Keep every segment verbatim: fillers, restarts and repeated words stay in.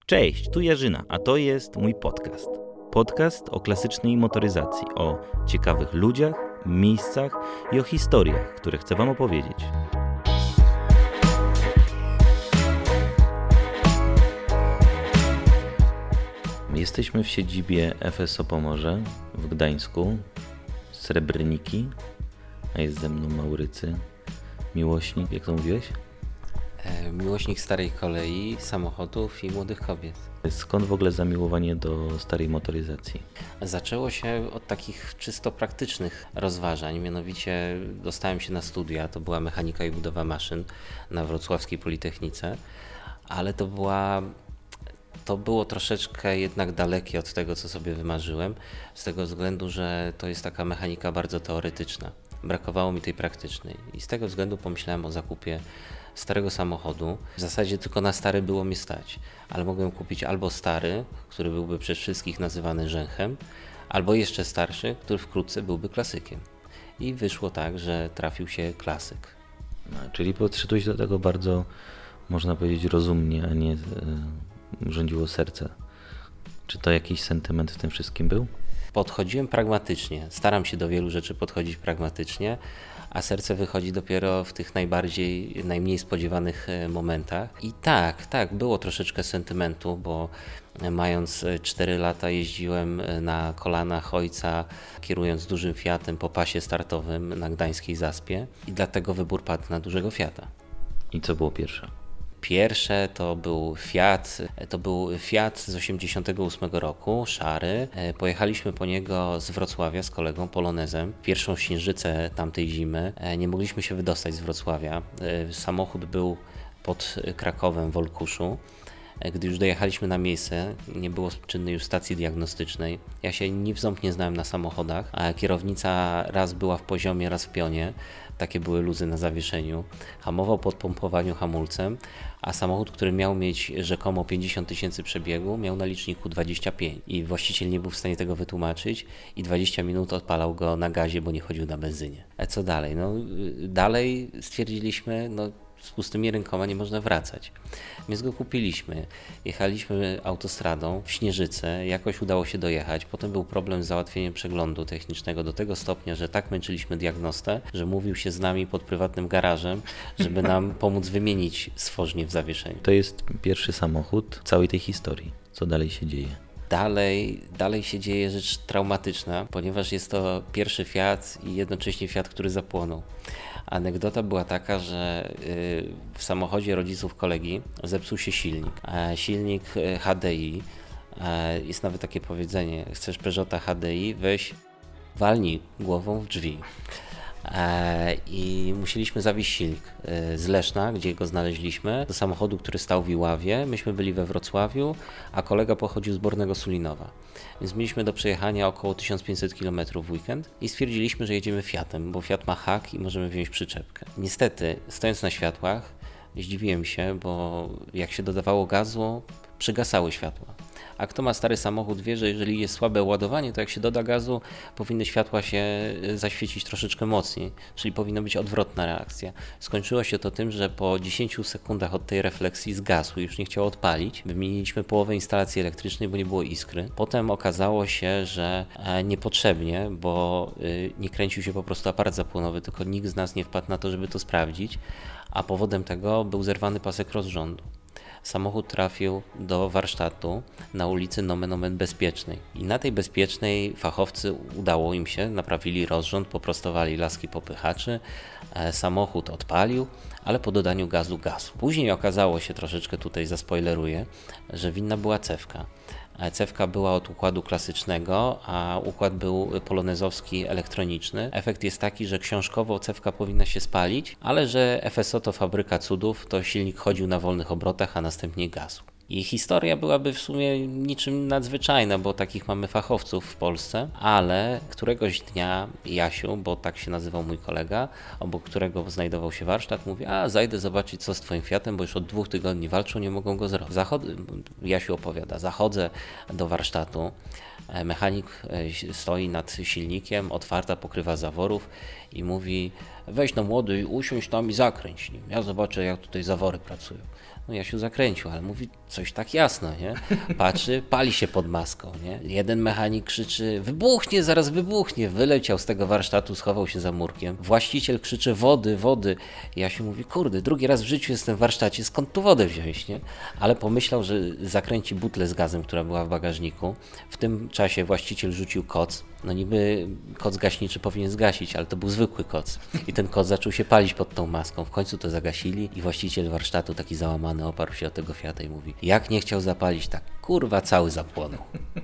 Cześć, tu Jarzyna, a to jest mój podcast. Podcast o klasycznej motoryzacji, o ciekawych ludziach, miejscach i o historiach, które chcę Wam opowiedzieć. Jesteśmy w siedzibie F S O Pomorze w Gdańsku, Srebrniki, a jest ze mną Maurycy, miłośnik, jak to mówiłeś? Miłośnik starej kolei, samochodów i młodych kobiet. Skąd w ogóle zamiłowanie do starej motoryzacji? Zaczęło się od takich czysto praktycznych rozważań, mianowicie dostałem się na studia, to była mechanika i budowa maszyn na Wrocławskiej Politechnice, ale to była... To było troszeczkę jednak dalekie od tego, co sobie wymarzyłem, z tego względu, że to jest taka mechanika bardzo teoretyczna. Brakowało mi tej praktycznej i z tego względu pomyślałem o zakupie starego samochodu. W zasadzie tylko na stary było mi stać, ale mogłem kupić albo stary, który byłby przez wszystkich nazywany rzęchem, albo jeszcze starszy, który wkrótce byłby klasykiem. I wyszło tak, że trafił się klasyk. No, czyli podszedłeś do tego bardzo, można powiedzieć, rozumnie, a nie yy, rządziło serce. Czy to jakiś sentyment w tym wszystkim był? Podchodziłem pragmatycznie. Staram się do wielu rzeczy podchodzić pragmatycznie, a serce wychodzi dopiero w tych najbardziej, najmniej spodziewanych momentach. I tak, tak, było troszeczkę sentymentu, bo mając cztery lata jeździłem na kolanach ojca, kierując dużym Fiatem po pasie startowym na Gdańskiej Zaspie i dlatego wybór padł na dużego Fiata. I co było pierwsze? Pierwsze to był Fiat, to był Fiat z osiemdziesiątego ósmego roku, szary. Pojechaliśmy po niego z Wrocławia z kolegą Polonezem, pierwszą śnieżycę tamtej zimy. Nie mogliśmy się wydostać z Wrocławia. Samochód był pod Krakowem w Olkuszu. Gdy już dojechaliśmy na miejsce, nie było czynnej już stacji diagnostycznej. Ja się ni w ząb nie znałem na samochodach, a kierownica raz była w poziomie, raz w pionie. Takie były luzy na zawieszeniu. Hamował po pompowaniu hamulcem, a samochód, który miał mieć rzekomo pięćdziesiąt tysięcy przebiegu, miał na liczniku dwadzieścia pięć. I właściciel nie był w stanie tego wytłumaczyć i dwadzieścia minut odpalał go na gazie, bo nie chodził na benzynie. A co dalej? No, dalej stwierdziliśmy, no z pustymi rękoma nie można wracać. Więc go kupiliśmy. Jechaliśmy autostradą w Śnieżycę, jakoś udało się dojechać. Potem był problem z załatwieniem przeglądu technicznego do tego stopnia, że tak męczyliśmy diagnostę, że mówił się z nami pod prywatnym garażem, żeby nam pomóc wymienić stworznię w zawieszeniu. To jest pierwszy samochód całej tej historii. Co dalej się dzieje? Dalej, dalej się dzieje rzecz traumatyczna, ponieważ jest to pierwszy Fiat i jednocześnie Fiat, który zapłonął. Anegdota była taka, że w samochodzie rodziców kolegi zepsuł się silnik. Silnik H D I, jest nawet takie powiedzenie, chcesz Peugeota H D I, weź walnij głową w drzwi. I musieliśmy zawieźć silnik z Leszna, gdzie go znaleźliśmy, do samochodu, który stał w Iławie. Myśmy byli we Wrocławiu, a kolega pochodził z Bornego Sulinowa. Więc mieliśmy do przejechania około tysiąc pięćset kilometrów w weekend i stwierdziliśmy, że jedziemy Fiatem, bo Fiat ma hak i możemy wziąć przyczepkę. Niestety, stojąc na światłach, zdziwiłem się, bo jak się dodawało gazu, przygasały światła. A kto ma stary samochód wie, że jeżeli jest słabe ładowanie, to jak się doda gazu, powinny światła się zaświecić troszeczkę mocniej, czyli powinna być odwrotna reakcja. Skończyło się to tym, że po dziesięciu sekundach od tej refleksji zgasł i już nie chciał odpalić. Wymieniliśmy połowę instalacji elektrycznej, bo nie było iskry. Potem okazało się, że niepotrzebnie, bo nie kręcił się po prostu aparat zapłonowy, tylko nikt z nas nie wpadł na to, żeby to sprawdzić, a powodem tego był zerwany pasek rozrządu. Samochód trafił do warsztatu na ulicy Nomen Omen Bezpiecznej. I na tej Bezpiecznej fachowcy udało im się, naprawili rozrząd, poprostowali laski popychaczy, samochód odpalił, ale po dodaniu gazu gasł. Później okazało się, troszeczkę tutaj zaspoileruję, że winna była cewka. Cewka była od układu klasycznego, a układ był polonezowski elektroniczny. Efekt jest taki, że książkowo cewka powinna się spalić, ale że F S O to fabryka cudów, to silnik chodził na wolnych obrotach, a następnie gasł. I historia byłaby w sumie niczym nadzwyczajna, bo takich mamy fachowców w Polsce, ale któregoś dnia Jasiu, bo tak się nazywał mój kolega, obok którego znajdował się warsztat, mówi, a zajdę zobaczyć co z twoim Fiatem, bo już od dwóch tygodni walczą, nie mogą go zrobić. Zachod... Jasiu opowiada, zachodzę do warsztatu, mechanik stoi nad silnikiem, otwarta pokrywa zaworów i mówi, weź no młody, usiądź tam i zakręć nim, ja zobaczę jak tutaj zawory pracują. No Jasiu zakręcił, ale mówi coś tak jasno, nie? Patrzy, pali się pod maską, nie? Jeden mechanik krzyczy, wybuchnie, zaraz wybuchnie. Wyleciał z tego warsztatu, schował się za murkiem. Właściciel krzyczy, wody, wody. Jasiu mówi, kurde, drugi raz w życiu jestem w warsztacie, skąd tu wodę wziąć, nie? Ale pomyślał, że zakręci butlę z gazem, która była w bagażniku. W tym czasie właściciel rzucił koc. No niby koc gaśniczy powinien zgasić, ale to był zwykły koc. I ten koc zaczął się palić pod tą maską. W końcu to zagasili i właściciel warsztatu, taki załamany, oparł się o tego Fiata i mówi, jak nie chciał zapalić, tak kurwa cały zapłonął.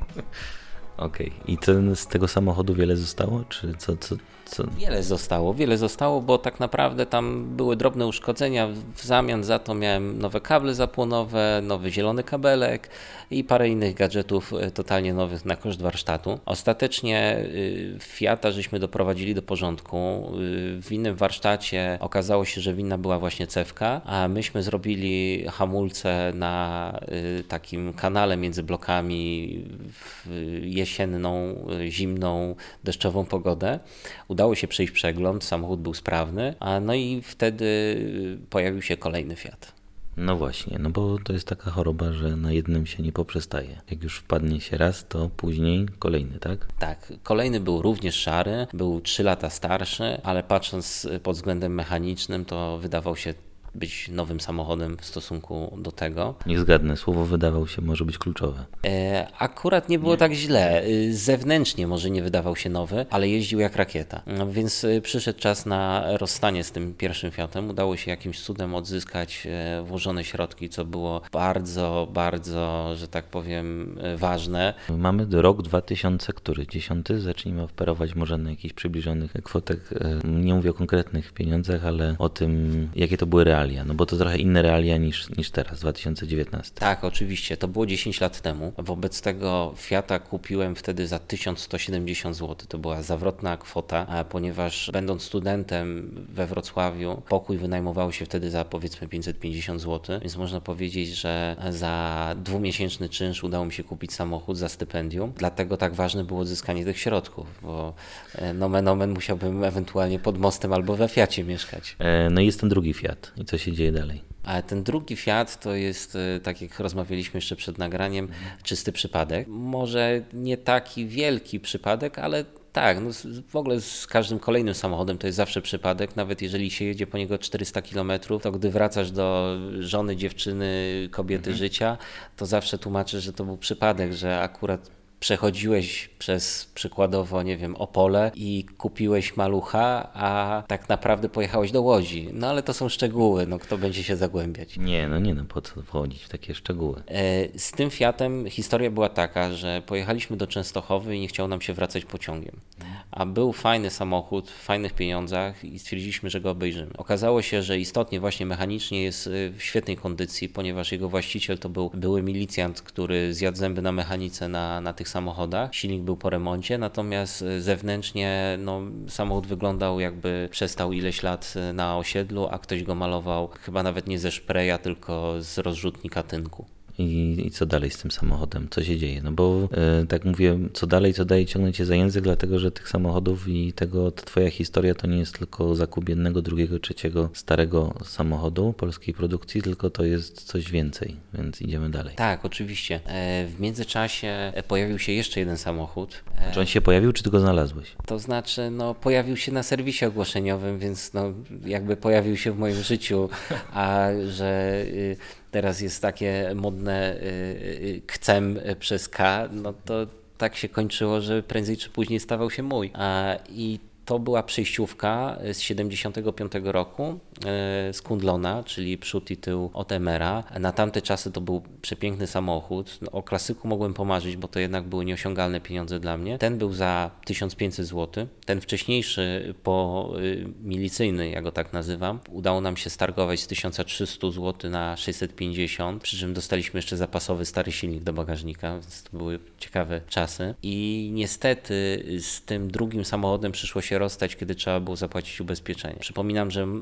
Okej. Okay. I to z tego samochodu wiele zostało? Czy co, co, co? Wiele zostało, wiele zostało, bo tak naprawdę tam były drobne uszkodzenia. W zamian za to miałem nowe kable zapłonowe, nowy zielony kabelek i parę innych gadżetów totalnie nowych na koszt warsztatu. Ostatecznie Fiata żeśmy doprowadzili do porządku. W innym warsztacie okazało się, że winna była właśnie cewka, a myśmy zrobili hamulce na takim kanale między blokami w jesienną, zimną, deszczową pogodę. Udało się przejść przegląd, samochód był sprawny, a no i wtedy pojawił się kolejny Fiat. No właśnie, no bo to jest taka choroba, że na jednym się nie poprzestaje. Jak już wpadnie się raz, to później kolejny, tak? Tak, kolejny był również szary, był trzy lata starszy, ale patrząc pod względem mechanicznym, to wydawał się być nowym samochodem w stosunku do tego. Nie zgadnę, słowo wydawał się może być kluczowe. E, akurat nie było nie. tak źle. Zewnętrznie może nie wydawał się nowy, ale jeździł jak rakieta. No, więc przyszedł czas na rozstanie z tym pierwszym Fiatem. Udało się jakimś cudem odzyskać włożone środki, co było bardzo, bardzo, że tak powiem, ważne. Mamy do rok dwa tysiące, który? Dziesiąty? Zacznijmy operować może na jakichś przybliżonych kwotek. Nie mówię o konkretnych pieniądzach, ale o tym, jakie to były realia. No bo to trochę inne realia niż, niż teraz, dwa tysiące dziewiętnasty. Tak, oczywiście. To było dziesięć lat temu. Wobec tego Fiata kupiłem wtedy za tysiąc sto siedemdziesiąt złotych. To była zawrotna kwota, a ponieważ będąc studentem we Wrocławiu, pokój wynajmowało się wtedy za powiedzmy pięćset pięćdziesiąt złotych, więc można powiedzieć, że za dwumiesięczny czynsz udało mi się kupić samochód za stypendium. Dlatego tak ważne było odzyskanie tych środków, bo nomen omen musiałbym ewentualnie pod mostem albo we Fiacie mieszkać. E, no i jest ten drugi Fiat. I co się dzieje dalej? A ten drugi Fiat to jest, tak jak rozmawialiśmy jeszcze przed nagraniem, czysty przypadek. Może nie taki wielki przypadek, ale tak, no w ogóle z każdym kolejnym samochodem to jest zawsze przypadek. Nawet jeżeli się jedzie po niego czterysta kilometrów, to gdy wracasz do żony, dziewczyny, kobiety mhm. życia, to zawsze tłumaczysz, że to był przypadek, że akurat przechodziłeś przez przykładowo, nie wiem, Opole i kupiłeś malucha, a tak naprawdę pojechałeś do Łodzi. No ale to są szczegóły, no kto będzie się zagłębiać. Nie, no nie, no po co wchodzić w takie szczegóły. Z tym Fiatem historia była taka, że pojechaliśmy do Częstochowy i nie chciało nam się wracać pociągiem. A był fajny samochód, w fajnych pieniądzach i stwierdziliśmy, że go obejrzymy. Okazało się, że istotnie właśnie mechanicznie jest w świetnej kondycji, ponieważ jego właściciel to był były milicjant, który zjadł zęby na mechanice na, na tych samochodach. Silnik był po remoncie, natomiast zewnętrznie no, samochód wyglądał jakby przestał ileś lat na osiedlu, a ktoś go malował chyba nawet nie ze szpreja, tylko z rozrzutnika tynku. I, I co dalej z tym samochodem? Co się dzieje? No bo e, tak mówię, co dalej, co dalej, ciągnę cię za język, dlatego że tych samochodów i tego, ta twoja historia to nie jest tylko zakup jednego, drugiego, trzeciego starego samochodu polskiej produkcji, tylko to jest coś więcej, więc idziemy dalej. Tak, oczywiście. E, w międzyczasie pojawił się jeszcze jeden samochód. E, czy on się pojawił, czy ty go znalazłeś? To znaczy, no pojawił się na serwisie ogłoszeniowym, więc no jakby pojawił się w moim życiu, a że... Y, teraz jest takie modne y, chcem przez K, no to tak się kończyło, że prędzej czy później stawał się mój. A, I to była przejściówka z siedemdziesiątego piątego roku z Kundlona, czyli przód i tył od Emera. Na tamte czasy to był przepiękny samochód. O klasyku mogłem pomarzyć, bo to jednak były nieosiągalne pieniądze dla mnie. Ten był za tysiąc pięćset złotych. Ten wcześniejszy, po milicyjny, ja go tak nazywam, udało nam się stargować z tysiąc trzysta złotych na sześćset pięćdziesiąt, przy czym dostaliśmy jeszcze zapasowy stary silnik do bagażnika, więc to były ciekawe czasy. I niestety z tym drugim samochodem przyszło się rozstać, kiedy trzeba było zapłacić ubezpieczenie. Przypominam, że mamy rok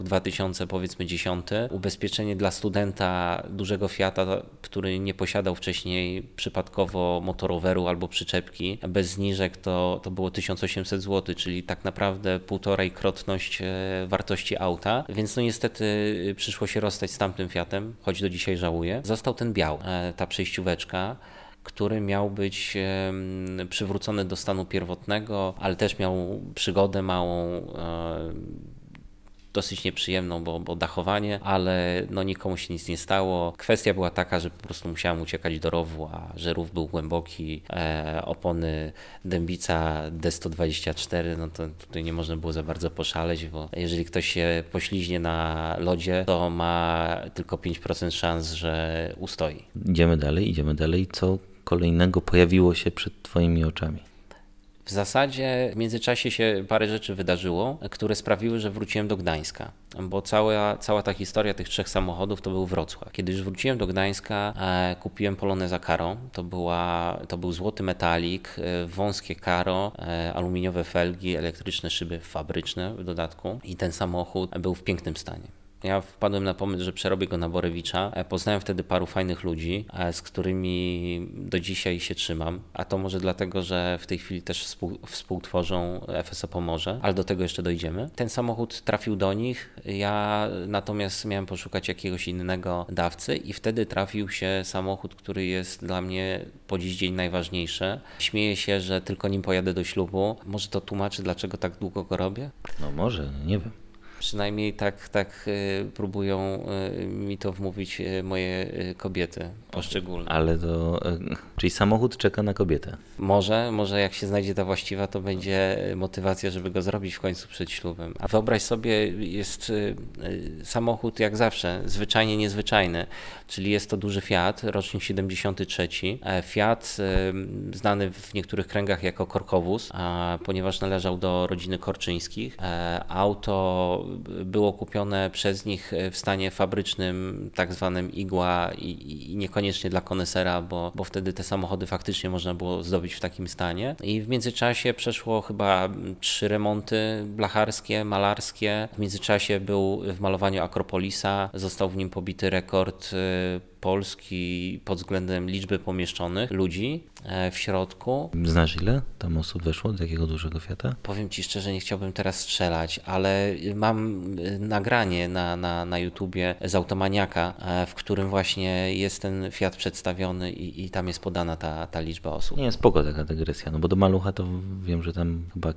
dwa tysiące powiedzmy dziesiąty. Ubezpieczenie dla studenta dużego Fiata, który nie posiadał wcześniej przypadkowo motoroweru albo przyczepki, bez zniżek to, to było tysiąc osiemset złotych, czyli tak naprawdę półtorej krotność wartości auta, więc no niestety przyszło się rozstać z tamtym Fiatem, choć do dzisiaj żałuję. Został ten biał, ta przejścióweczka, który miał być przywrócony do stanu pierwotnego, ale też miał przygodę małą, dosyć nieprzyjemną, bo, bo dachowanie, ale no nikomu się nic nie stało. Kwestia była taka, że po prostu musiałem uciekać do rowu, a że rów był głęboki, e, opony Dębica D sto dwadzieścia cztery, no to tutaj nie można było za bardzo poszaleć, bo jeżeli ktoś się pośliźnie na lodzie, to ma tylko pięć procent szans, że ustoi. Idziemy dalej, idziemy dalej. Co kolejnego pojawiło się przed twoimi oczami? W zasadzie w międzyczasie się parę rzeczy wydarzyło, które sprawiły, że wróciłem do Gdańska, bo cała, cała ta historia tych trzech samochodów to był Wrocław. Kiedy już wróciłem do Gdańska, e, kupiłem Poloneza Karo, to, była, to był złoty metalik, e, wąskie Karo, e, aluminiowe felgi, elektryczne szyby fabryczne w dodatku i ten samochód był w pięknym stanie. Ja wpadłem na pomysł, że przerobię go na Borewicza. Poznałem wtedy paru fajnych ludzi, z którymi do dzisiaj się trzymam. A to może dlatego, że w tej chwili też współ, współtworzą F S O Pomorze, ale do tego jeszcze dojdziemy. Ten samochód trafił do nich, ja natomiast miałem poszukać jakiegoś innego dawcy i wtedy trafił się samochód, który jest dla mnie po dziś dzień najważniejszy. Śmieję się, że tylko nim pojadę do ślubu. Może to tłumaczy, dlaczego tak długo go robię? No może, nie wiem. Przynajmniej tak, tak y, próbują y, mi to wmówić y, moje y, kobiety poszczególne. Ale to, y, czyli samochód czeka na kobietę. Może, może jak się znajdzie ta właściwa, to będzie motywacja, żeby go zrobić w końcu przed ślubem. A wyobraź sobie, jest y, y, samochód jak zawsze, zwyczajnie niezwyczajny, czyli jest to duży Fiat, rocznik siedemdziesiąty trzeci. Fiat y, znany w niektórych kręgach jako korkowóz, a ponieważ należał do rodziny Korczyńskich. E, auto było kupione przez nich w stanie fabrycznym, tak zwanym igła i, i niekoniecznie dla konesera, bo, bo wtedy te samochody faktycznie można było zdobyć w takim stanie. I w międzyczasie przeszło chyba trzy remonty blacharskie, malarskie. W międzyczasie był w malowaniu Akropolisa, został w nim pobity rekord Polski pod względem liczby pomieszczonych ludzi w środku. Znasz ile tam osób weszło do takiego dużego Fiata? Powiem Ci szczerze, nie chciałbym teraz strzelać, ale mam nagranie na, na, na YouTubie z Automaniaka, w którym właśnie jest ten Fiat przedstawiony i, i tam jest podana ta, ta liczba osób. Nie, spoko taka dygresja, no bo do Malucha to wiem, że tam chyba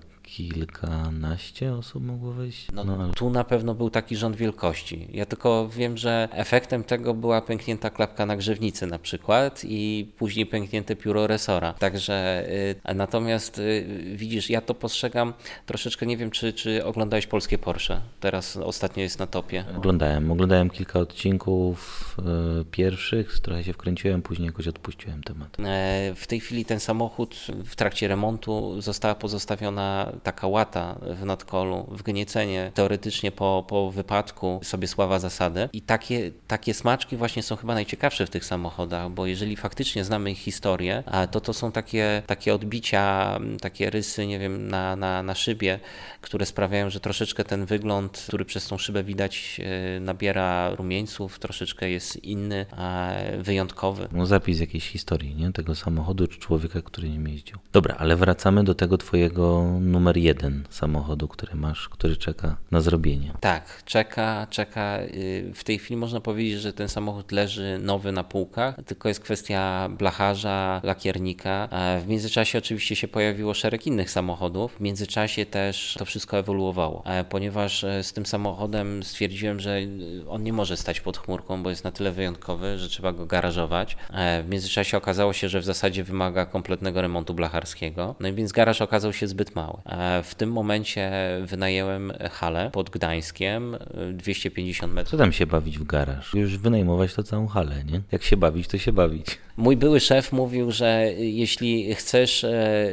kilkanaście osób mogło wejść. No, no ale... Tu na pewno był taki rząd wielkości. Ja tylko wiem, że efektem tego była pęknięta klapka nagrzewnicy na przykład i później pęknięte pióro resora. Także y, natomiast y, widzisz, ja to postrzegam troszeczkę, nie wiem, czy, czy oglądałeś polskie Porsche. Teraz ostatnio jest na topie. Oglądałem, oglądałem kilka odcinków y, pierwszych, trochę się wkręciłem, później jakoś odpuściłem temat. E, w tej chwili ten samochód w trakcie remontu została pozostawiona taka łata w nadkolu, w gniecenie. Teoretycznie po, po wypadku sobie sława zasady. I takie, takie smaczki właśnie są chyba najciekawsze w tych samochodach, bo jeżeli faktycznie znamy ich historię, to to są takie, takie odbicia, takie rysy, nie wiem, na, na, na szybie, które sprawiają, że troszeczkę ten wygląd, który przez tą szybę widać, nabiera rumieńców, troszeczkę jest inny, wyjątkowy. No zapis jakiejś historii, nie? Tego samochodu czy człowieka, który nim jeździł. Dobra, ale wracamy do tego twojego numer jeden samochodu, który masz, który czeka na zrobienie. Tak, czeka, czeka. W tej chwili można powiedzieć, że ten samochód leży nowy na półkach, tylko jest kwestia blacharza, lakiernika. W międzyczasie oczywiście się pojawiło szereg innych samochodów. W międzyczasie też to wszystko ewoluowało, ponieważ z tym samochodem stwierdziłem, że on nie może stać pod chmurką, bo jest na tyle wyjątkowy, że trzeba go garażować. W międzyczasie okazało się, że w zasadzie wymaga kompletnego remontu blacharskiego. No i więc garaż okazał się zbyt mały. W tym momencie wynajęłem halę pod Gdańskiem, dwieście pięćdziesiąt metrów. Co tam się bawić w garaż? Już wynajmować to całą halę, nie? Jak się bawić, to się bawić. Mój były szef mówił, że jeśli chcesz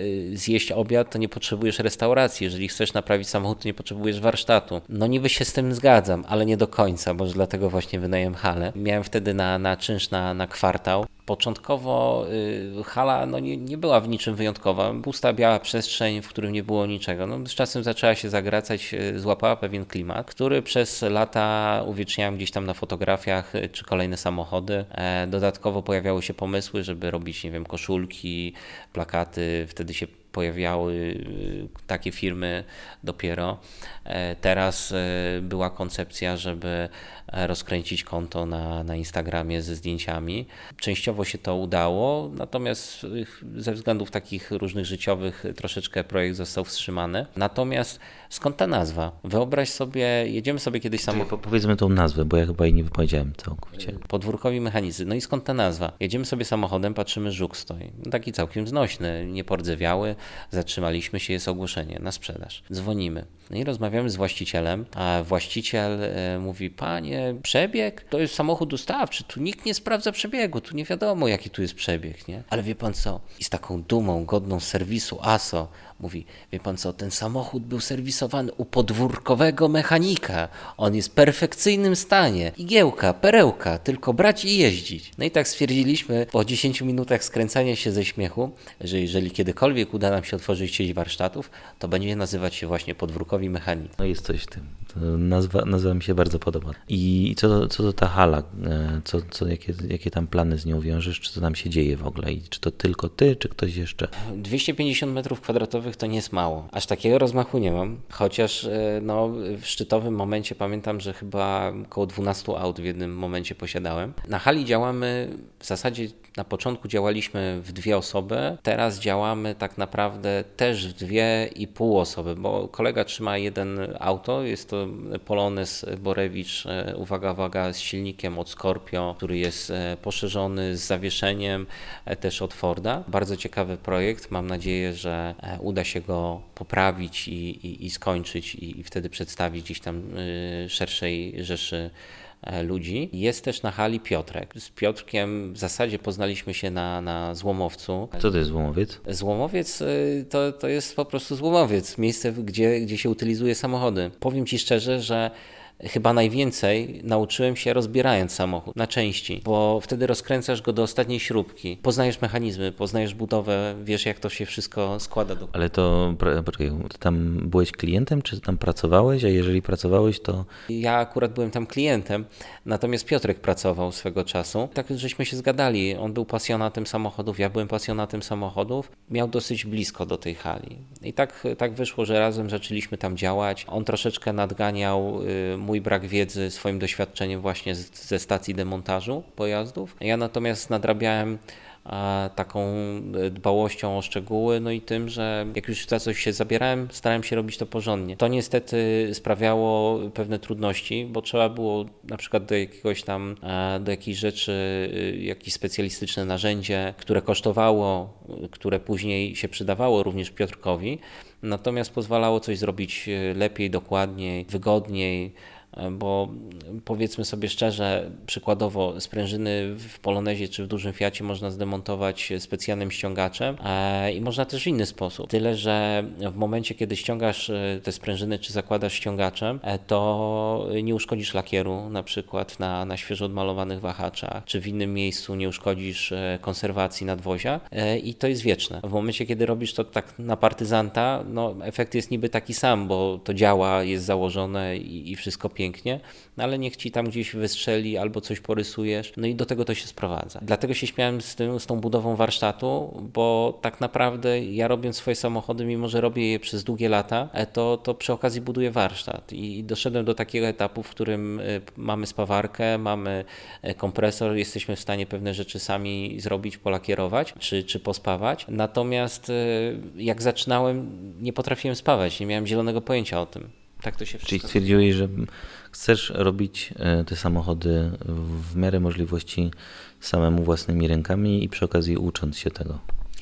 zjeść obiad, to nie potrzebujesz restauracji. Jeżeli chcesz naprawić samochód, to nie potrzebujesz warsztatu. No niby się z tym zgadzam, ale nie do końca, może dlatego właśnie wynająłem halę. Miałem wtedy na, na czynsz na, na kwartał. Początkowo y, hala no, nie, nie była w niczym wyjątkowa. Pusta, biała przestrzeń, w którym nie było niczego. No, z czasem zaczęła się zagracać, y, złapała pewien klimat, który przez lata uwieczniałem gdzieś tam na fotografiach y, czy kolejne samochody. E, dodatkowo pojawiały się pomysły, żeby robić, nie wiem, koszulki, plakaty. Wtedy się pojawiały takie firmy dopiero. Teraz była koncepcja, żeby rozkręcić konto na, na Instagramie ze zdjęciami. Częściowo się to udało, natomiast ze względów takich różnych życiowych troszeczkę projekt został wstrzymany. Natomiast skąd ta nazwa? Wyobraź sobie, jedziemy sobie kiedyś samochodem. Powiedzmy tą nazwę, bo ja chyba jej nie wypowiedziałem całkowicie. Podwórkowi mechanicy. No i skąd ta nazwa? Jedziemy sobie samochodem, patrzymy, żuk stoi. No taki całkiem znośny, niepordzewiały. Zatrzymaliśmy się, jest ogłoszenie na sprzedaż. Dzwonimy. No i rozmawiamy z właścicielem, a właściciel e, mówi, panie, przebieg? To jest samochód dostawczy, tu nikt nie sprawdza przebiegu, tu nie wiadomo jaki tu jest przebieg, nie? Ale wie pan co? I z taką dumą godną serwisu A S O mówi, wie pan co, ten samochód był serwisowany u podwórkowego mechanika. On jest w perfekcyjnym stanie. Igiełka, perełka, tylko brać i jeździć. No i tak stwierdziliśmy po dziesięciu minutach skręcania się ze śmiechu, że jeżeli kiedykolwiek uda nam się otworzyć sieć warsztatów, to będzie nazywać się właśnie podwórkowi mechanik. No jest coś w tym. To nazwa, nazwa mi się bardzo podoba. I co do, co do ta hala, co, co, jakie, jakie tam plany z nią wiążesz, czy co tam się dzieje w ogóle? I czy to tylko ty, czy ktoś jeszcze? dwieście pięćdziesiąt metrów kwadratowych to nie jest mało. Aż takiego rozmachu nie mam, chociaż no, w szczytowym momencie pamiętam, że chyba około dwunastu aut w jednym momencie posiadałem. Na hali działamy, w zasadzie na początku działaliśmy w dwie osoby, teraz działamy tak naprawdę też w dwie i pół osoby, bo kolega trzyma jeden auto, jest to Polones Borewicz, uwaga, uwaga, z silnikiem od Scorpio, który jest poszerzony z zawieszeniem, też od Forda. Bardzo ciekawy projekt, mam nadzieję, że uda się go poprawić i, i, i skończyć i, i wtedy przedstawić gdzieś tam szerszej rzeszy ludzi. Jest też na hali Piotrek. Z Piotrkiem w zasadzie poznaliśmy się na, na złomowcu. Co to jest złomowiec? Złomowiec to, to jest po prostu złomowiec, miejsce, gdzie, gdzie się utylizuje samochody. Powiem Ci szczerze, że chyba najwięcej nauczyłem się rozbierając samochód na części, bo wtedy rozkręcasz go do ostatniej śrubki. Poznajesz mechanizmy, poznajesz budowę, wiesz jak to się wszystko składa. Do... Ale to, poczekaj, ty tam byłeś klientem, czy tam pracowałeś? A jeżeli pracowałeś, to... Ja akurat byłem tam klientem, natomiast Piotrek pracował swego czasu. Tak żeśmy się zgadali, on był pasjonatem samochodów, ja byłem pasjonatem samochodów. Miał dosyć blisko do tej hali. I tak, tak wyszło, że razem zaczęliśmy tam działać. On troszeczkę nadganiał y, mój brak wiedzy swoim doświadczeniem właśnie z, ze stacji demontażu pojazdów. Ja natomiast nadrabiałem a, taką dbałością o szczegóły, no i tym, że jak już za coś się zabierałem, starałem się robić to porządnie. To niestety sprawiało pewne trudności, bo trzeba było na przykład do jakiegoś tam, do jakiejś rzeczy, jakieś specjalistyczne narzędzie, które kosztowało, które później się przydawało również Piotrkowi, natomiast pozwalało coś zrobić lepiej, dokładniej, wygodniej, bo powiedzmy sobie szczerze, przykładowo sprężyny w Polonezie czy w dużym Fiacie można zdemontować specjalnym ściągaczem i można też w inny sposób. Tyle, że w momencie, kiedy ściągasz te sprężyny czy zakładasz ściągaczem, to nie uszkodzisz lakieru na przykład na, na świeżo odmalowanych wahaczach, czy w innym miejscu nie uszkodzisz konserwacji nadwozia i to jest wieczne. W momencie, kiedy robisz to tak na partyzanta, no efekt jest niby taki sam, bo to działa, jest założone i, i wszystko pięknie, no ale niech ci tam gdzieś wystrzeli albo coś porysujesz, no i do tego to się sprowadza. Dlatego się śmiałem z, tym, z tą budową warsztatu, bo tak naprawdę ja robiąc swoje samochody, mimo że robię je przez długie lata, to, to przy okazji buduję warsztat i doszedłem do takiego etapu, w którym mamy spawarkę, mamy kompresor, jesteśmy w stanie pewne rzeczy sami zrobić, polakierować czy, czy pospawać, natomiast jak zaczynałem, nie potrafiłem spawać, nie miałem zielonego pojęcia o tym. Tak to się wszystko... Czyli stwierdziłeś, że chcesz robić te samochody w miarę możliwości samemu własnymi rękami i przy okazji ucząc się tego.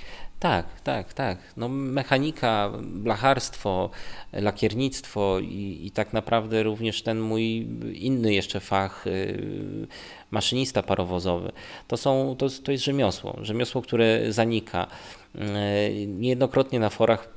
Tak, tak, tak. No, mechanika, blacharstwo, lakiernictwo i, i tak naprawdę również ten mój inny jeszcze fach, yy, maszynista parowozowy. To, są, to, to jest rzemiosło, rzemiosło, które zanika. Niejednokrotnie na forach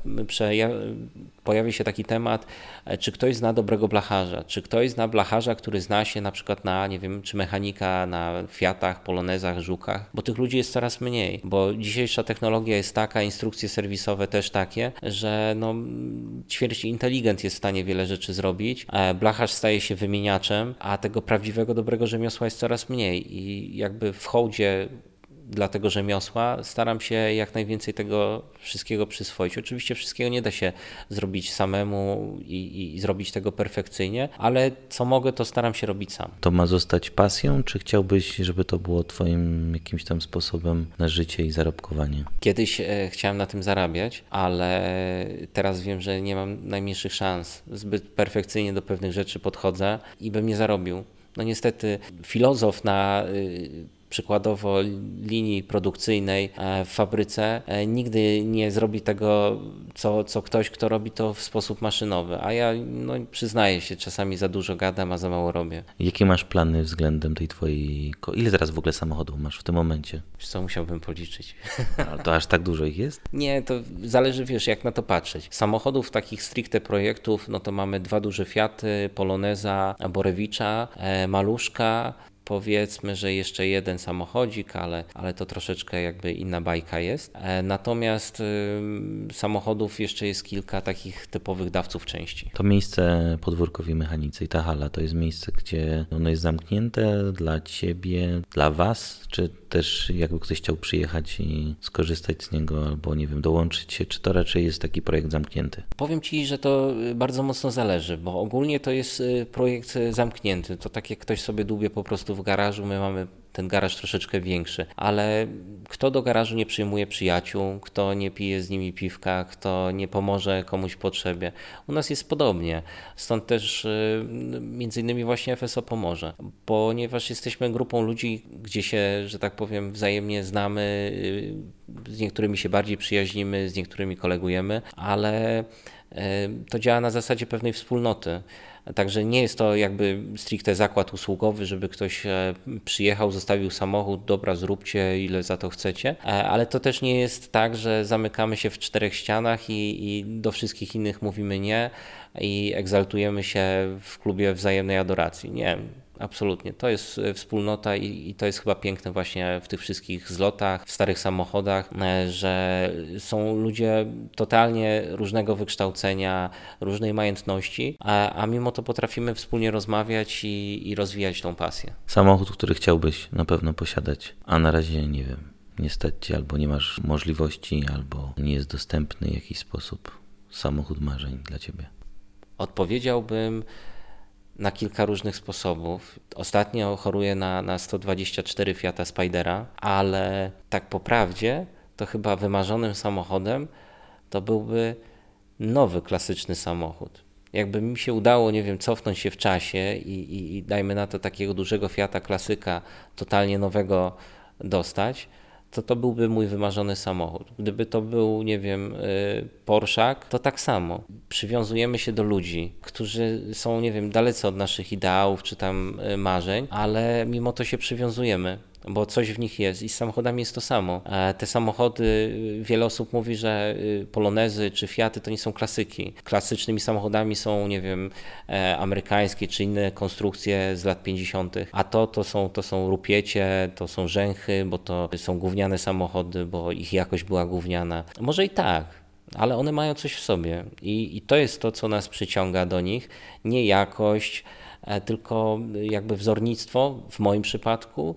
pojawi się taki temat, czy ktoś zna dobrego blacharza, czy ktoś zna blacharza, który zna się na przykład na, nie wiem, czy mechanika na Fiatach, Polonezach, Żukach, bo tych ludzi jest coraz mniej, bo dzisiejsza technologia jest taka, instrukcje serwisowe też takie, że no, ćwierć inteligent jest w stanie wiele rzeczy zrobić, blacharz staje się wymieniaczem, a tego prawdziwego, dobrego rzemiosła jest coraz mniej i jakby w hołdzie dla tego rzemiosła staram się jak najwięcej tego wszystkiego przyswoić. Oczywiście wszystkiego nie da się zrobić samemu i, i zrobić tego perfekcyjnie, ale co mogę, to staram się robić sam. To ma zostać pasją, czy chciałbyś, żeby to było twoim jakimś tam sposobem na życie i zarobkowanie? Kiedyś e, chciałem na tym zarabiać, ale teraz wiem, że nie mam najmniejszych szans. Zbyt perfekcyjnie do pewnych rzeczy podchodzę i bym nie zarobił. No niestety filozof na y, przykładowo linii produkcyjnej w fabryce nigdy nie zrobi tego, co, co ktoś, kto robi to w sposób maszynowy, a ja no, przyznaję się, czasami za dużo gadam, a za mało robię. Jakie masz plany względem tej twojej... Ile teraz w ogóle samochodów masz w tym momencie? Co musiałbym policzyć? Ale to aż tak dużo ich jest? Nie, to zależy, wiesz, jak na to patrzeć. Samochodów takich stricte projektów, no to mamy dwa duże Fiaty, Poloneza, Borewicza, Maluszka, powiedzmy, że jeszcze jeden samochodzik, ale, ale to troszeczkę jakby inna bajka jest. Natomiast y, samochodów jeszcze jest kilka takich typowych dawców części. To miejsce Podwórkowi Mechanicy i ta hala to jest miejsce, gdzie ono jest zamknięte dla ciebie, dla was, czy też jakby ktoś chciał przyjechać i skorzystać z niego albo nie wiem, dołączyć się, czy to raczej jest taki projekt zamknięty? Powiem ci, że to bardzo mocno zależy, bo ogólnie to jest projekt zamknięty. To tak jak ktoś sobie dłubie po prostu w garażu, my mamy ten garaż troszeczkę większy, ale kto do garażu nie przyjmuje przyjaciół, kto nie pije z nimi piwka, kto nie pomoże komuś w potrzebie. U nas jest podobnie, stąd też między innymi właśnie F S O pomoże, ponieważ jesteśmy grupą ludzi, gdzie się, że tak powiem, wzajemnie znamy, z niektórymi się bardziej przyjaźnimy, z niektórymi kolegujemy, ale to działa na zasadzie pewnej wspólnoty. Także nie jest to jakby stricte zakład usługowy, żeby ktoś przyjechał, zostawił samochód, dobra, zróbcie ile za to chcecie, ale to też nie jest tak, że zamykamy się w czterech ścianach i, i do wszystkich innych mówimy nie i egzaltujemy się w klubie wzajemnej adoracji. Nie. Absolutnie. To jest wspólnota i, i to jest chyba piękne właśnie w tych wszystkich zlotach, w starych samochodach, że są ludzie totalnie różnego wykształcenia, różnej majętności, a, a mimo to potrafimy wspólnie rozmawiać i, i rozwijać tą pasję. Samochód, który chciałbyś na pewno posiadać, a na razie nie wiem, nie stać cię, albo nie masz możliwości, albo nie jest dostępny w jakiś sposób. Samochód marzeń dla ciebie. Odpowiedziałbym na kilka różnych sposobów. Ostatnio choruję na, na sto dwadzieścia cztery Fiata Spidera, ale tak po prawdzie to chyba wymarzonym samochodem to byłby nowy, klasyczny samochód. Jakby mi się udało, nie wiem, cofnąć się w czasie i, i, i dajmy na to takiego dużego Fiata klasyka, totalnie nowego dostać, to to byłby mój wymarzony samochód. Gdyby to był, nie wiem, Porszak, to tak samo. Przywiązujemy się do ludzi, którzy są, nie wiem, dalece od naszych ideałów czy tam marzeń, ale mimo to się przywiązujemy, bo coś w nich jest i z samochodami jest to samo. Te samochody, wiele osób mówi, że Polonezy czy Fiaty to nie są klasyki. Klasycznymi samochodami są, nie wiem, amerykańskie czy inne konstrukcje z lat pięćdziesiątych, a to, to są, to są rupiecie, to są rzęchy, bo to są gówniane samochody, bo ich jakość była gówniana. Może i tak, ale one mają coś w sobie i, i to jest to, co nas przyciąga do nich, nie jakość, tylko jakby wzornictwo w moim przypadku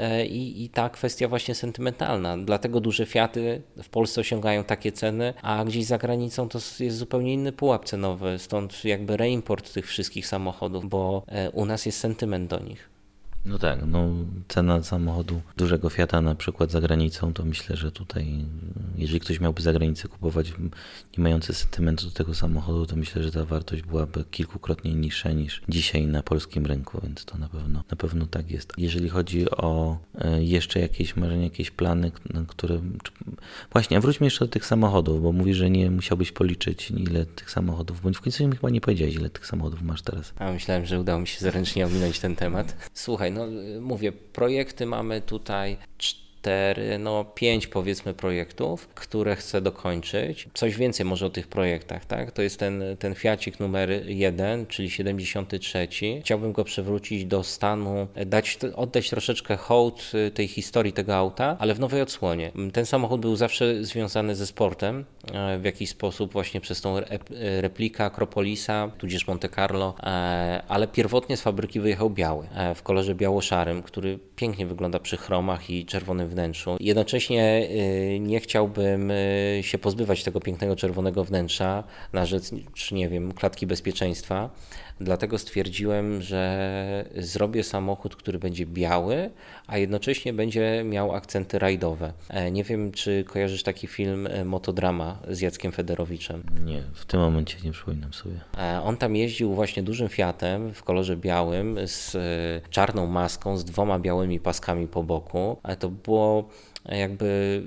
i, i ta kwestia właśnie sentymentalna. Dlatego duże Fiaty w Polsce osiągają takie ceny, a gdzieś za granicą to jest zupełnie inny pułap cenowy, stąd jakby reimport tych wszystkich samochodów, bo u nas jest sentyment do nich. No tak, no cena samochodu dużego Fiata na przykład za granicą, to myślę, że tutaj, jeżeli ktoś miałby za granicę kupować nie mający sentymentu do tego samochodu, to myślę, że ta wartość byłaby kilkukrotnie niższa niż dzisiaj na polskim rynku, więc to na pewno, na pewno tak jest. Jeżeli chodzi o jeszcze jakieś marzenia, jakieś plany, które... Właśnie, wróćmy jeszcze do tych samochodów, bo mówisz, że nie musiałbyś policzyć, ile tych samochodów, bądź w końcu mi chyba nie powiedziałeś, ile tych samochodów masz teraz. A myślałem, że udało mi się zręcznie ominąć ten temat. Słuchaj, no mówię, projekty mamy tutaj cztery, no pięć powiedzmy projektów, które chcę dokończyć. Coś więcej może o tych projektach, tak? To jest ten, ten Fiacik numer jeden, czyli siedemdziesiąty trzeci. Chciałbym go przywrócić do stanu, dać, oddać troszeczkę hołd tej historii tego auta, ale w nowej odsłonie. Ten samochód był zawsze związany ze sportem, w jakiś sposób właśnie przez tą replikę Akropolisa, tudzież Monte Carlo, ale pierwotnie z fabryki wyjechał biały, w kolorze biało-szarym, który pięknie wygląda przy chromach i czerwonym wnętrzu. Jednocześnie nie chciałbym się pozbywać tego pięknego czerwonego wnętrza na rzecz, nie wiem, klatki bezpieczeństwa. Dlatego stwierdziłem, że zrobię samochód, który będzie biały, a jednocześnie będzie miał akcenty rajdowe. Nie wiem, czy kojarzysz taki film Motodrama z Jackiem Federowiczem. Nie, w tym momencie nie przypominam sobie. On tam jeździł właśnie dużym Fiatem w kolorze białym z czarną maską, z dwoma białymi paskami po boku. Ale to było jakby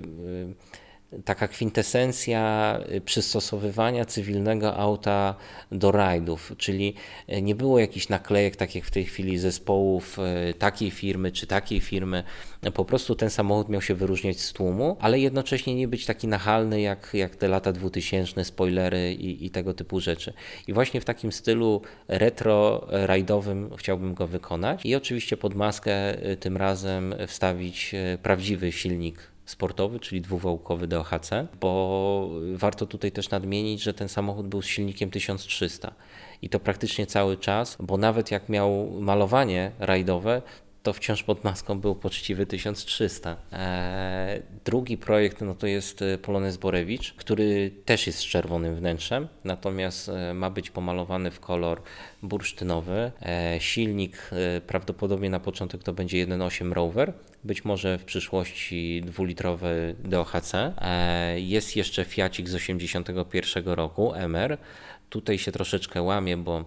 taka kwintesencja przystosowywania cywilnego auta do rajdów, czyli nie było jakichś naklejek, tak jak w tej chwili zespołów takiej firmy czy takiej firmy. Po prostu ten samochód miał się wyróżniać z tłumu, ale jednocześnie nie być taki nachalny jak, jak te lata dwutysięczne, spoilery i, i tego typu rzeczy. I właśnie w takim stylu retro rajdowym chciałbym go wykonać i oczywiście pod maskę tym razem wstawić prawdziwy silnik sportowy, czyli dwuwałkowy D O H C, bo warto tutaj też nadmienić, że ten samochód był z silnikiem tysiąc trzysta i to praktycznie cały czas, bo nawet jak miał malowanie rajdowe, to wciąż pod maską był poczciwy tysiąc trzysta. Eee, drugi projekt no to jest Polonez Borewicz, który też jest z czerwonym wnętrzem, natomiast ma być pomalowany w kolor bursztynowy. Eee, silnik e, prawdopodobnie na początek to będzie jeden przecinek osiem Rover, być może w przyszłości dwulitrowy D O H C. Eee, jest jeszcze Fiacik z osiemdziesiątego pierwszego roku, M R. Tutaj się troszeczkę łamie, bo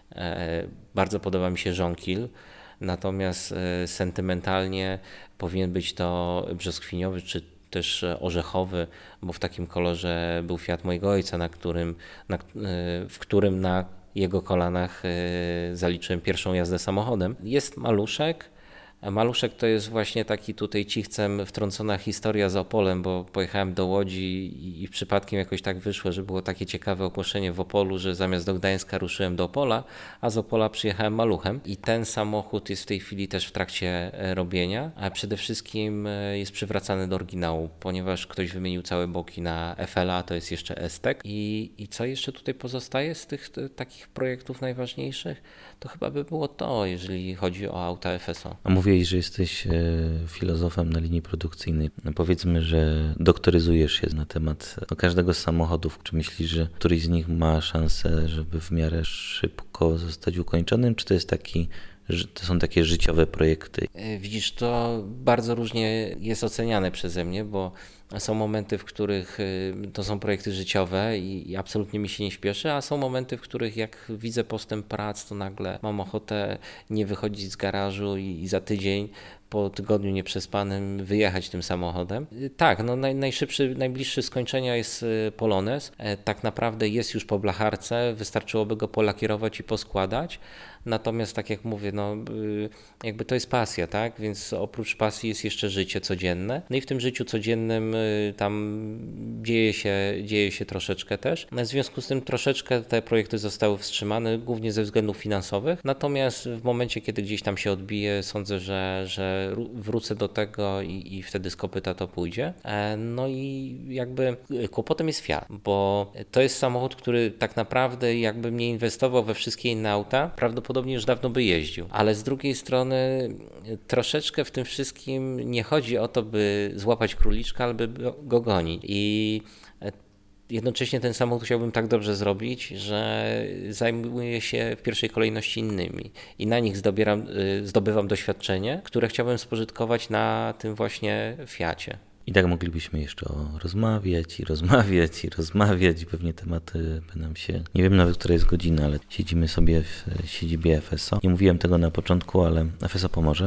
e, bardzo podoba mi się żonkil. Natomiast sentymentalnie powinien być to brzoskwiniowy czy też orzechowy, bo w takim kolorze był Fiat mojego ojca, na którym, na, w którym na jego kolanach zaliczyłem pierwszą jazdę samochodem. Jest maluszek. Maluszek to jest właśnie taki tutaj cichcem wtrącona historia z Opolem, bo pojechałem do Łodzi i przypadkiem jakoś tak wyszło, że było takie ciekawe ogłoszenie w Opolu, że zamiast do Gdańska ruszyłem do Opola, a z Opola przyjechałem maluchem. I ten samochód jest w tej chwili też w trakcie robienia, a przede wszystkim jest przywracany do oryginału, ponieważ ktoś wymienił całe boki na F L A, to jest jeszcze S-Tech. I, i co jeszcze tutaj pozostaje z tych t- takich projektów najważniejszych? To chyba by było to, jeżeli chodzi o auta F S O. A mówiłeś, że jesteś filozofem na linii produkcyjnej. Powiedzmy, że doktoryzujesz się na temat każdego z samochodów. Czy myślisz, że któryś z nich ma szansę, żeby w miarę szybko zostać ukończonym? Czy to jest taki, że to są takie życiowe projekty? Widzisz, to bardzo różnie jest oceniane przeze mnie, bo są momenty, w których to są projekty życiowe i absolutnie mi się nie śpieszy, a są momenty, w których jak widzę postęp prac, to nagle mam ochotę nie wychodzić z garażu i, i za tydzień po tygodniu nieprzespanym wyjechać tym samochodem. Tak, no naj, najszybszy, najbliższy skończenia jest Polonez. Tak naprawdę jest już po blacharce, wystarczyłoby go polakierować i poskładać. Natomiast tak jak mówię, no jakby to jest pasja, tak? Więc oprócz pasji jest jeszcze życie codzienne. No i w tym życiu codziennym tam dzieje się, dzieje się troszeczkę też. W związku z tym troszeczkę te projekty zostały wstrzymane, głównie ze względów finansowych. Natomiast w momencie, kiedy gdzieś tam się odbije, sądzę, że, że wrócę do tego i, i wtedy z kopyta to pójdzie. No i jakby kłopotem jest Fiat, bo to jest samochód, który tak naprawdę jakbym nie inwestował we wszystkie inne auta, prawdopodobnie już dawno by jeździł. Ale z drugiej strony troszeczkę w tym wszystkim nie chodzi o to, by złapać króliczka, ale by go gonić. I jednocześnie ten samochód chciałbym tak dobrze zrobić, że zajmuję się w pierwszej kolejności innymi i na nich zdobieram, zdobywam doświadczenie, które chciałbym spożytkować na tym właśnie Fiacie. I tak moglibyśmy jeszcze o rozmawiać i rozmawiać i rozmawiać i pewnie tematy by nam się, nie wiem nawet która jest godzina, ale siedzimy sobie w siedzibie F S O. Nie mówiłem tego na początku, ale F S O pomoże,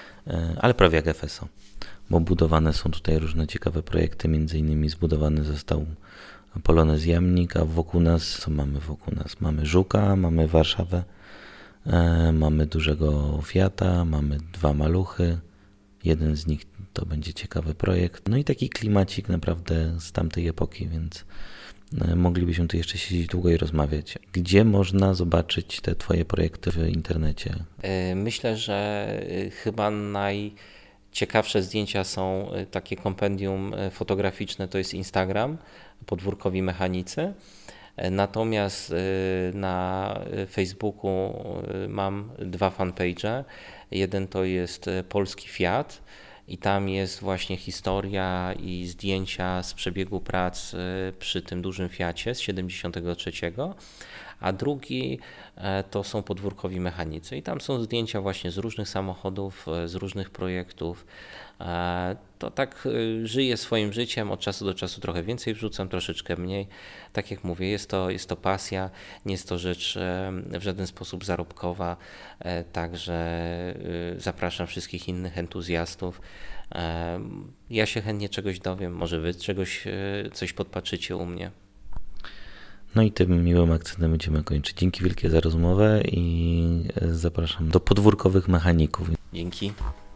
ale prawie jak F S O, bo budowane są tutaj różne ciekawe projekty, między innymi zbudowany został Polonez Jamnik, a wokół nas, co mamy wokół nas? Mamy Żuka, mamy Warszawę, Mamy dużego Fiata, mamy dwa maluchy. Jeden z nich to będzie ciekawy projekt. No i taki klimacik naprawdę z tamtej epoki, więc moglibyśmy tu jeszcze siedzieć długo i rozmawiać. Gdzie można zobaczyć te twoje projekty w internecie? Myślę, że chyba najciekawsze zdjęcia są takie kompendium fotograficzne, to jest Instagram, Podwórkowi Mechanicy. Natomiast na Facebooku mam dwa fanpage'e. Jeden to jest Polski Fiat i tam jest właśnie historia i zdjęcia z przebiegu prac przy tym dużym Fiacie z siedemdziesiątego trzeciego, a drugi to są Podwórkowi Mechanicy i tam są zdjęcia właśnie z różnych samochodów, z różnych projektów. To tak żyję swoim życiem, od czasu do czasu trochę więcej wrzucam, troszeczkę mniej. Tak jak mówię, jest to, jest to pasja, nie jest to rzecz w żaden sposób zarobkowa, także zapraszam wszystkich innych entuzjastów. Ja się chętnie czegoś dowiem, może wy czegoś, coś podpatrzycie u mnie. No i tym miłym akcentem będziemy kończyć. Dzięki wielkie za rozmowę i zapraszam do Podwórkowych Mechaników. Dzięki.